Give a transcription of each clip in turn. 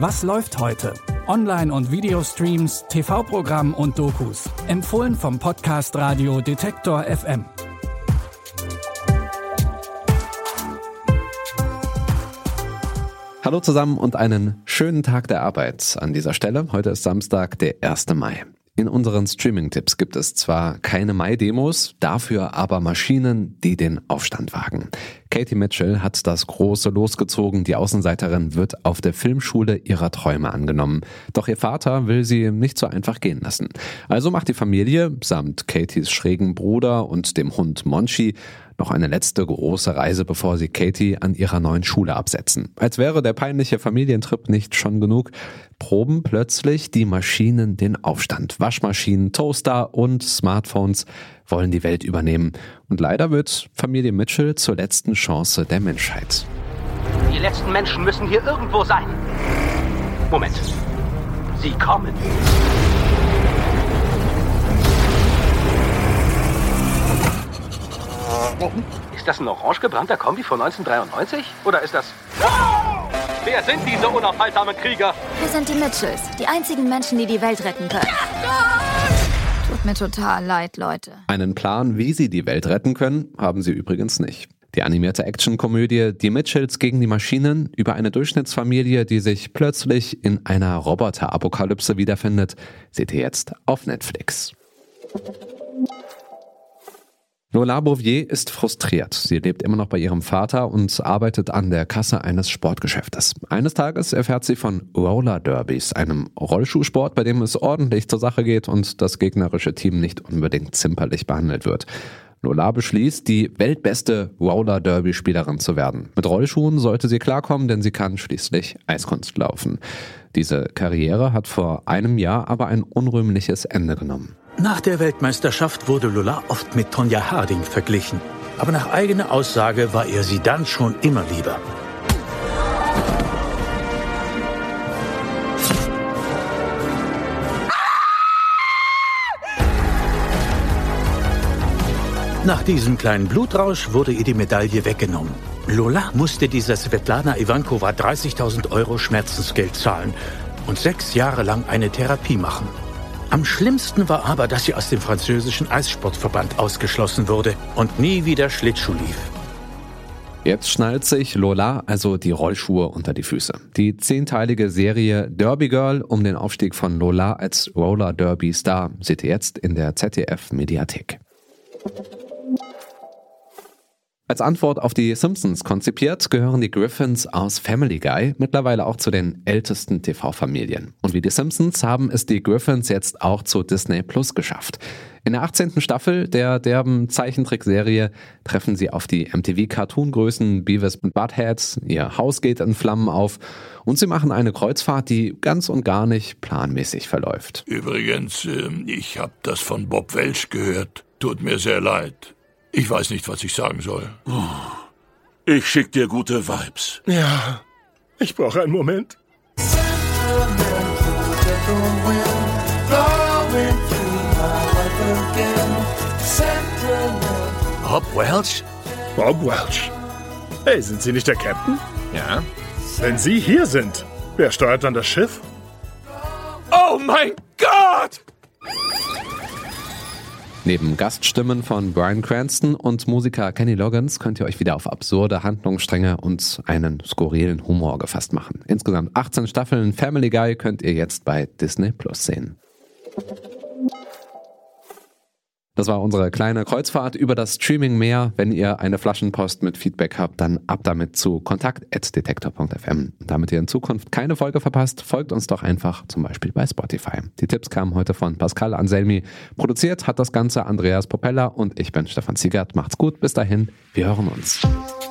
Was läuft heute? Online- und Videostreams, TV-Programm und Dokus. Empfohlen vom Podcast Radio Detektor FM. Hallo zusammen und einen schönen Tag der Arbeit an dieser Stelle. Heute ist Samstag, der 1. Mai. In unseren Streaming-Tipps gibt es zwar keine Mai-Demos, dafür aber Maschinen, die den Aufstand wagen. Katie Mitchell hat das große Los gezogen. Die Außenseiterin wird auf der Filmschule ihrer Träume angenommen. Doch ihr Vater will sie nicht so einfach gehen lassen. Also macht die Familie samt Katies schrägen Bruder und dem Hund Monchi noch eine letzte große Reise, bevor sie Katie an ihrer neuen Schule absetzen. Als wäre der peinliche Familientrip nicht schon genug, proben plötzlich die Maschinen den Aufstand. Waschmaschinen, Toaster und Smartphones wollen die Welt übernehmen. Und leider wird Familie Mitchell zur letzten Chance der Menschheit. Die letzten Menschen müssen hier irgendwo sein. Moment. Sie kommen. Ist das ein orange gebrannter Kombi von 1993? Oder ist das... Wer sind diese unaufhaltsamen Krieger? Wir sind die Mitchells, die einzigen Menschen, die die Welt retten können. Tut mir total leid, Leute. Einen Plan, wie sie die Welt retten können, haben sie übrigens nicht. Die animierte Actionkomödie Die Mitchells gegen die Maschinen über eine Durchschnittsfamilie, die sich plötzlich in einer Roboterapokalypse wiederfindet, seht ihr jetzt auf Netflix. Lola Bouvier ist frustriert. Sie lebt immer noch bei ihrem Vater und arbeitet an der Kasse eines Sportgeschäftes. Eines Tages erfährt sie von Roller Derbys, einem Rollschuhsport, bei dem es ordentlich zur Sache geht und das gegnerische Team nicht unbedingt zimperlich behandelt wird. Lola beschließt, die weltbeste Roller-Derby-Spielerin zu werden. Mit Rollschuhen sollte sie klarkommen, denn sie kann schließlich Eiskunst laufen. Diese Karriere hat vor einem Jahr aber ein unrühmliches Ende genommen. Nach der Weltmeisterschaft wurde Lola oft mit Tonya Harding verglichen. Aber nach eigener Aussage war ihr sie dann schon immer lieber. Nach diesem kleinen Blutrausch wurde ihr die Medaille weggenommen. Lola musste dieser Svetlana Ivankova 30.000 € Schmerzensgeld zahlen und 6 Jahre lang eine Therapie machen. Am schlimmsten war aber, dass sie aus dem französischen Eissportverband ausgeschlossen wurde und nie wieder Schlittschuh lief. Jetzt schnallt sich Lola also die Rollschuhe unter die Füße. Die 10-teilige Serie Derby Girl um den Aufstieg von Lola als Roller Derby Star seht ihr jetzt in der ZDF-Mediathek. Als Antwort auf die Simpsons konzipiert, gehören die Griffins aus Family Guy mittlerweile auch zu den ältesten TV-Familien. Und wie die Simpsons haben es die Griffins jetzt auch zu Disney Plus geschafft. In der 18. Staffel der derben Zeichentrickserie treffen sie auf die MTV-Cartoon-Größen Beavis und Butthead, ihr Haus geht in Flammen auf und sie machen eine Kreuzfahrt, die ganz und gar nicht planmäßig verläuft. Übrigens, ich habe das von Bob Welch gehört. Tut mir sehr leid. Ich weiß nicht, was ich sagen soll. Ich schick dir gute Vibes. Ja, ich brauche einen Moment. Bob Welch? Bob Welch. Hey, sind Sie nicht der Captain? Ja. Wenn Sie hier sind, wer steuert dann das Schiff? Oh mein Gott! Neben Gaststimmen von Bryan Cranston und Musiker Kenny Loggins könnt ihr euch wieder auf absurde Handlungsstränge und einen skurrilen Humor gefasst machen. Insgesamt 18 Staffeln Family Guy könnt ihr jetzt bei Disney Plus sehen. Das war unsere kleine Kreuzfahrt über das Streaming-Meer. Wenn ihr eine Flaschenpost mit Feedback habt, dann ab damit zu kontakt@detektor.fm. Damit ihr in Zukunft keine Folge verpasst, folgt uns doch einfach zum Beispiel bei Spotify. Die Tipps kamen heute von Pascal Anselmi. Produziert hat das Ganze Andreas Propeller und ich bin Stefan Ziegert. Macht's gut, bis dahin, wir hören uns.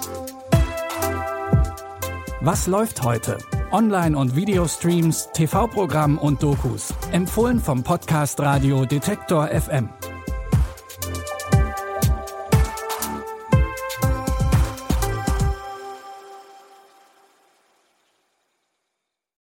Was läuft heute? Online- und Videostreams, TV-Programm und Dokus. Empfohlen vom Podcast Radio Detektor FM.